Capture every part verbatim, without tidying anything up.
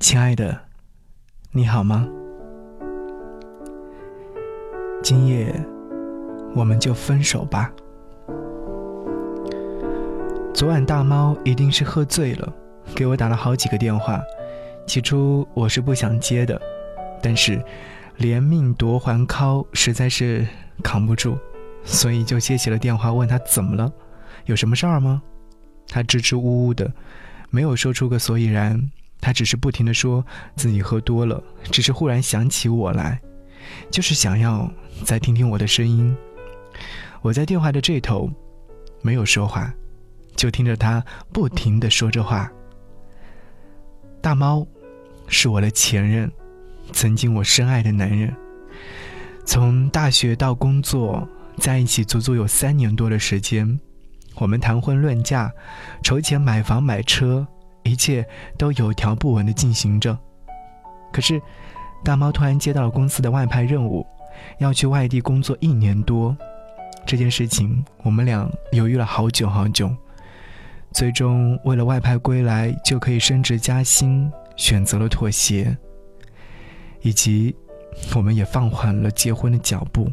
亲爱的，你好吗？今夜我们就分手吧。昨晚大猫一定是喝醉了，给我打了好几个电话。起初我是不想接的，但是连命夺还靠实在是扛不住，所以就接起了电话，问他怎么了，有什么事儿吗？他支支吾吾的，没有说出个所以然。他只是不停地说自己喝多了，只是忽然想起我来，就是想要再听听我的声音。我在电话的这头没有说话，就听着他不停地说着话。大猫是我的前任，曾经我深爱的男人，从大学到工作在一起足足有三年多的时间。我们谈婚论嫁，筹钱买房买车，一切都有条不紊地进行着。可是大猫突然接到了公司的外派任务，要去外地工作一年多。这件事情我们俩犹豫了好久好久，最终为了外派归来就可以升职加薪，选择了妥协，以及我们也放缓了结婚的脚步。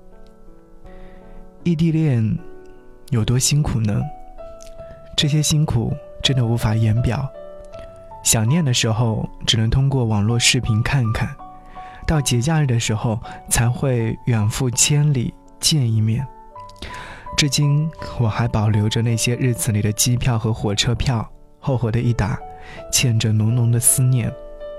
异地恋有多辛苦呢？这些辛苦真的无法言表。想念的时候只能通过网络视频看看，到节假日的时候才会远赴千里见一面。至今我还保留着那些日子里的机票和火车票，厚厚的一沓，嵌着浓浓的思念。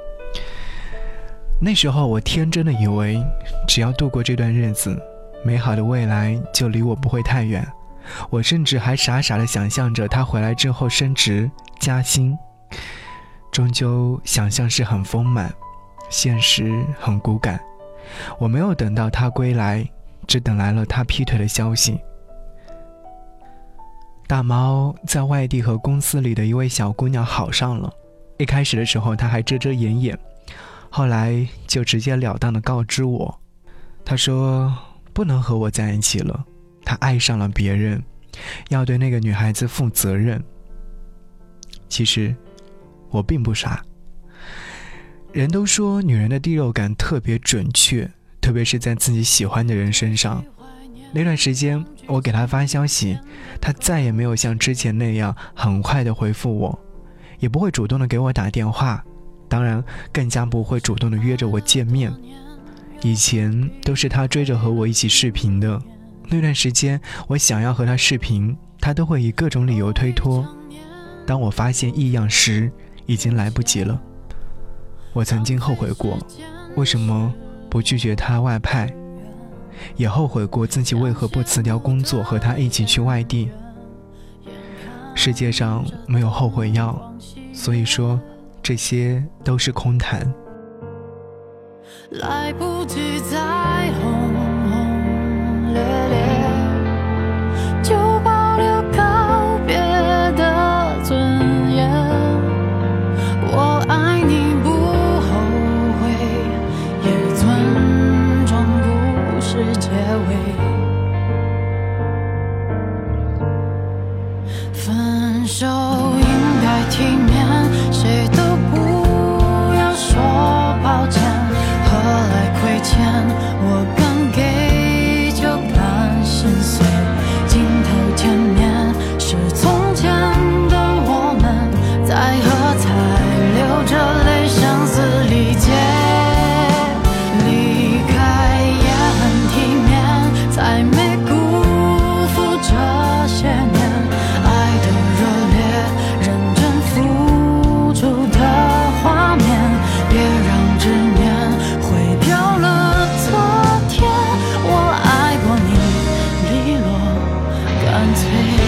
那时候我天真的以为，只要度过这段日子，美好的未来就离我不会太远。我甚至还傻傻地想象着他回来之后升职加薪。终究想象是很丰满，现实很骨感。我没有等到他归来，只等来了他劈腿的消息。大猫在外地和公司里的一位小姑娘好上了，一开始的时候他还遮遮掩掩，后来就直截了当地告知我，他说不能和我在一起了，他爱上了别人，要对那个女孩子负责任。其实我并不傻，人都说女人的第六感特别准确，特别是在自己喜欢的人身上。那段时间我给他发消息，他再也没有像之前那样很快地回复我，也不会主动地给我打电话，当然更加不会主动地约着我见面。以前都是他追着和我一起视频的，那段时间我想要和他视频，他都会以各种理由推脱。当我发现异样时，已经来不及了。我曾经后悔过为什么不拒绝他外派，也后悔过自己为何不辞掉工作和他一起去外地。世界上没有后悔药，所以说这些都是空谈。 来不及再轰轰烈烈，就保留告别的尊严。我爱你不后悔，也尊重故事结尾。分手应该体面，谁都不要说抱歉。何来亏欠？我敢给就敢心碎。镜头前面是从前的我们，在喝彩，流着泪，相思理解。离开也很体面，才没辜负这些年爱的热烈，认真付出的画面。别让执念毁掉了昨天，我爱过你，利落干脆。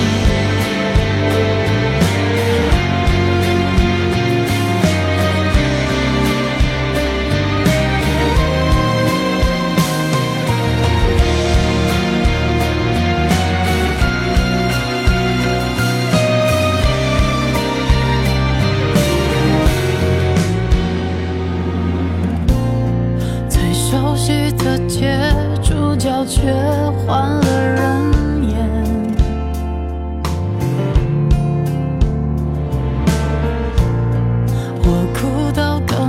最熟悉的街，主角却换了人演。我哭到更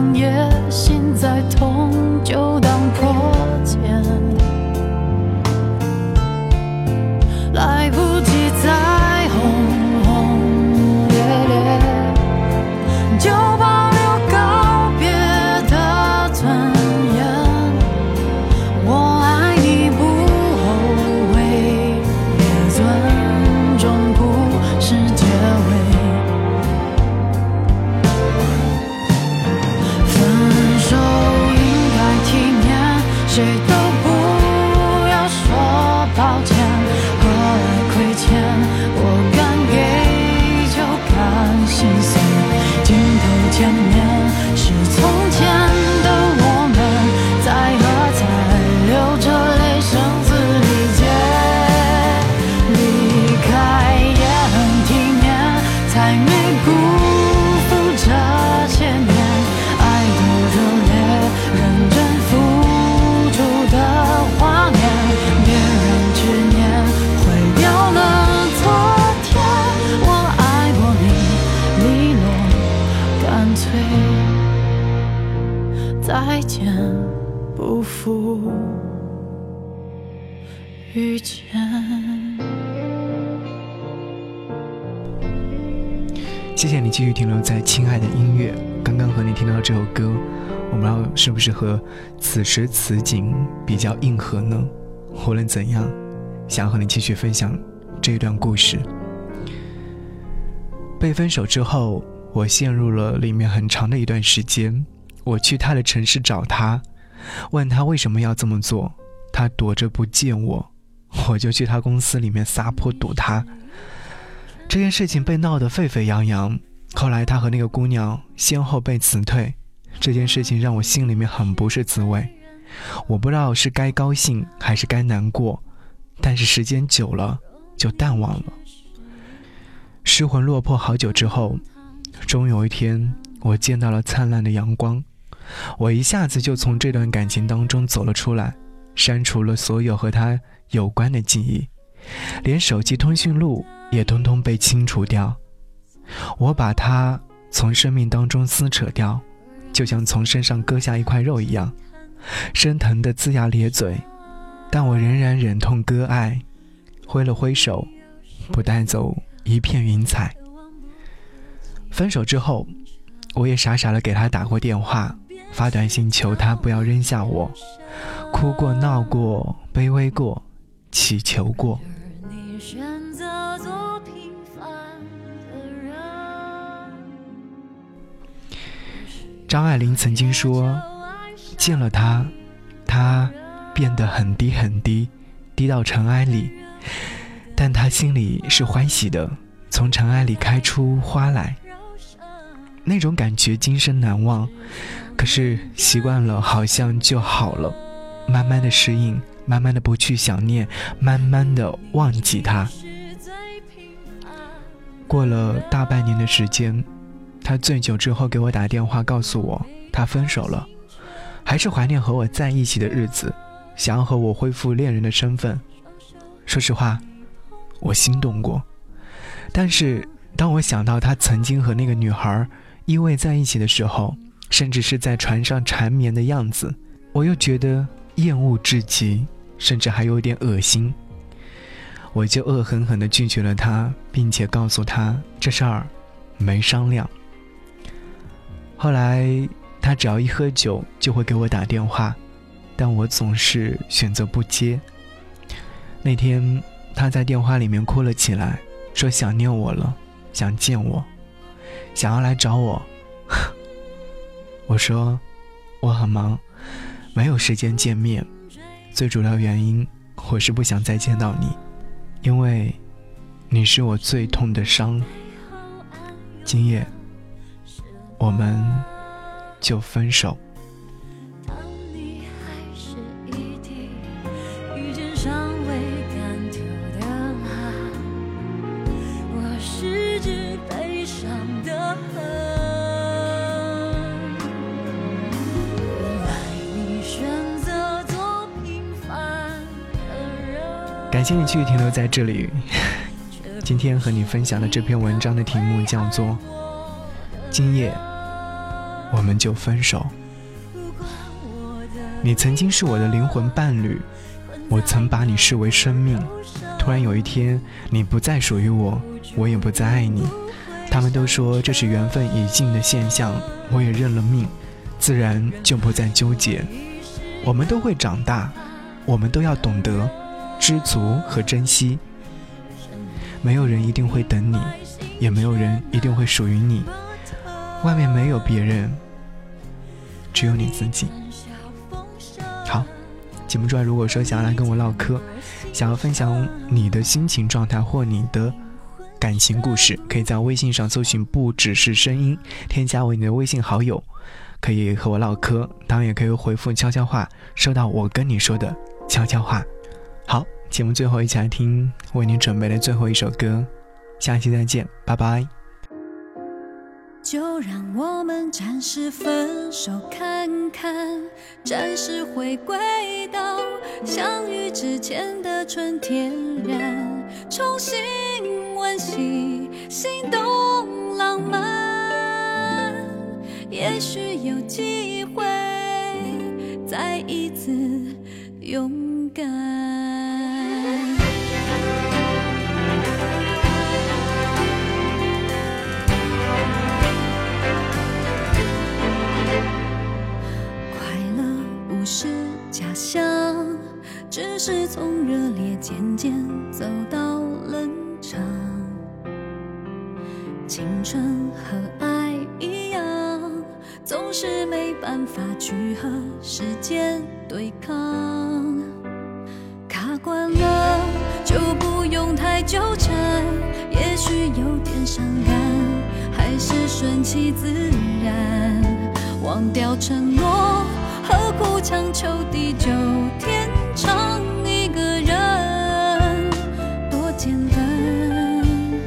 再见，不负遇见。 谢谢你继续停留在亲爱的音乐。刚刚和你听到这首歌，我不知道是不是和此时此景比较应和呢？无论怎样，想和你继续分享这段故事。被分手之后，我陷入了里面很长的一段时间。我去他的城市找他，问他为什么要这么做，他躲着不见我，我就去他公司里面撒泼堵他。这件事情被闹得沸沸扬扬，后来他和那个姑娘先后被辞退，这件事情让我心里面很不是滋味。我不知道是该高兴还是该难过，但是时间久了就淡忘了。失魂落魄好久之后，终有一天我见到了灿烂的阳光，我一下子就从这段感情当中走了出来，删除了所有和他有关的记忆，连手机通讯录也通通被清除掉。我把他从生命当中撕扯掉，就像从身上割下一块肉一样，生疼的龇牙咧嘴，但我仍然忍痛割爱，挥了挥手，不带走一片云彩。分手之后，我也傻傻的给他打过电话，发短信求他不要扔下我，哭过闹过，卑微过，祈求过。张爱玲曾经说，见了他，他变得很低很低，低到尘埃里，但他心里是欢喜的，从尘埃里开出花来。那种感觉今生难忘，可是习惯了好像就好了，慢慢的适应，慢慢的不去想念，慢慢的忘记他。过了大半年的时间，他醉酒之后给我打电话告诉我他分手了，还是怀念和我在一起的日子，想要和我恢复恋人的身份。说实话，我心动过，但是当我想到他曾经和那个女孩依偎在一起的时候，甚至是在船上缠绵的样子，我又觉得厌恶至极，甚至还有点恶心。我就恶狠狠地拒绝了他，并且告诉他这事儿没商量。后来他只要一喝酒就会给我打电话，但我总是选择不接。那天他在电话里面哭了起来，说想念我了，想见我，想要来找我。我说我很忙，没有时间见面，最主要原因我是不想再见到你，因为你是我最痛的伤。今夜我们就分手。 当你还是一滴遇见尚未干透的花，我是只悲伤的河。原来你选择做平凡的人。 感谢你继续停留在这里。今天和你分享的这篇文章的题目叫做今夜我们就分手。你曾经是我的灵魂伴侣，我曾把你视为生命，突然有一天你不再属于我，我也不再爱你。他们都说这是缘分已尽的现象，我也认了命，自然就不再纠结。我们都会长大，我们都要懂得知足和珍惜。没有人一定会等你，也没有人一定会属于你，外面没有别人，只有你自己。好，节目之外，如果说想要来跟我唠嗑，想要分享你的心情状态或你的感情故事，可以在微信上搜寻不只是声音，添加为你的微信好友，可以和我唠嗑，当然也可以回复悄悄话，收到我跟你说的悄悄话。好，节目最后一起来听为你准备的最后一首歌，下期再见，拜拜。 就让我们暂时分手看看，暂时回归到相遇之前的纯天然，重新温习心动浪漫， 也许有机会再一次勇敢。快乐不是假象，只是从热烈渐渐走到冷场。青春和爱一样，总是没办法去和时间对抗。卡关了就不用太纠缠，也许有点伤感，还是顺其自然。忘掉承诺，何苦强求地久天长？一个人多简单，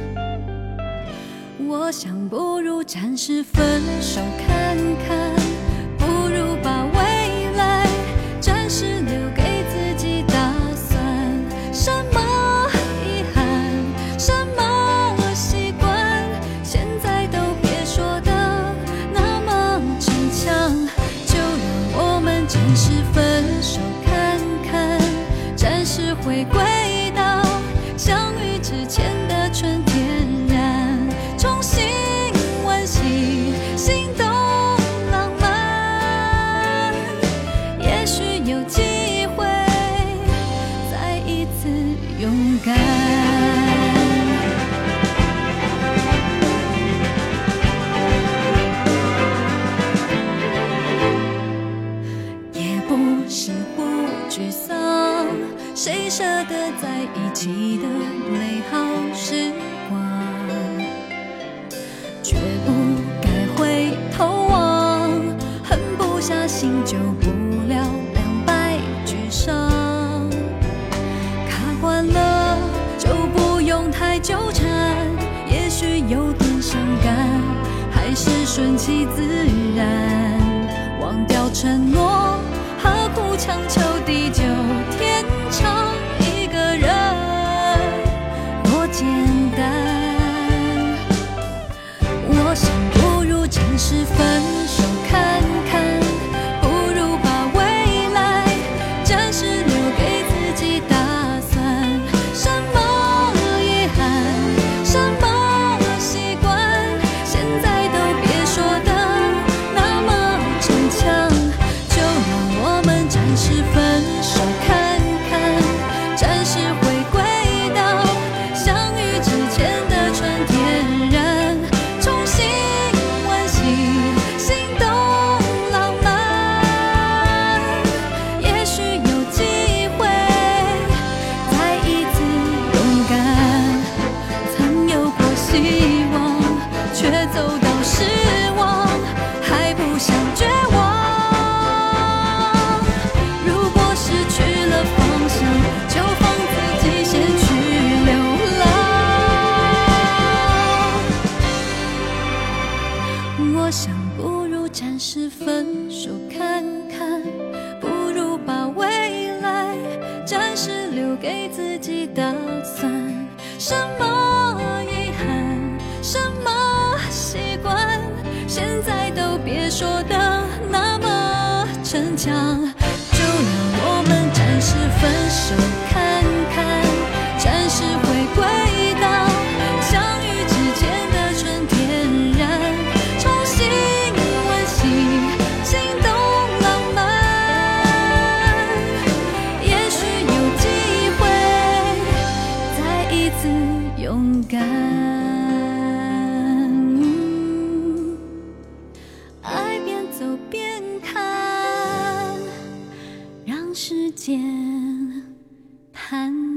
我想不如暂时分手看看，不如把未来暂时留给自己打算。什么遗憾，什么习惯，现在都别说的那么逞强，就让我们暂时分手看看，暂时回归到相遇之前的纯天然，重新温习心动浪漫，也许有机会再一次勇敢。也不是不沮丧，谁舍得在一起的美好时光，绝不该回头望，狠不下心救不了两败俱伤。卡关了就不用太纠缠，也许有点伤感，还是顺其自然。忘掉承诺，何苦强求地久天长？一个人多简单，我想不如暂时分手看看，不如把未来暂时留给自己打算。什么遗憾，什么习惯，现在都别说的那么逞强，就让我们暂时分手看看，暂时回归到相遇之前的纯天然，重新温习心动浪漫，也许有机会再一次勇敢。曾有过希望，却走到失望，还不想绝望。如果失去了方向，就放自己先去流浪。我想不如暂时分手看看，不如把未来暂时留给自己打算。什么遗憾，什么习惯，现在都别说的那么逞强，就让我们暂时分手看看，暂时回归到相遇之前的纯天然，重新温习心动浪漫，也许有机会再一次勇敢。爱边走边看，让时间谈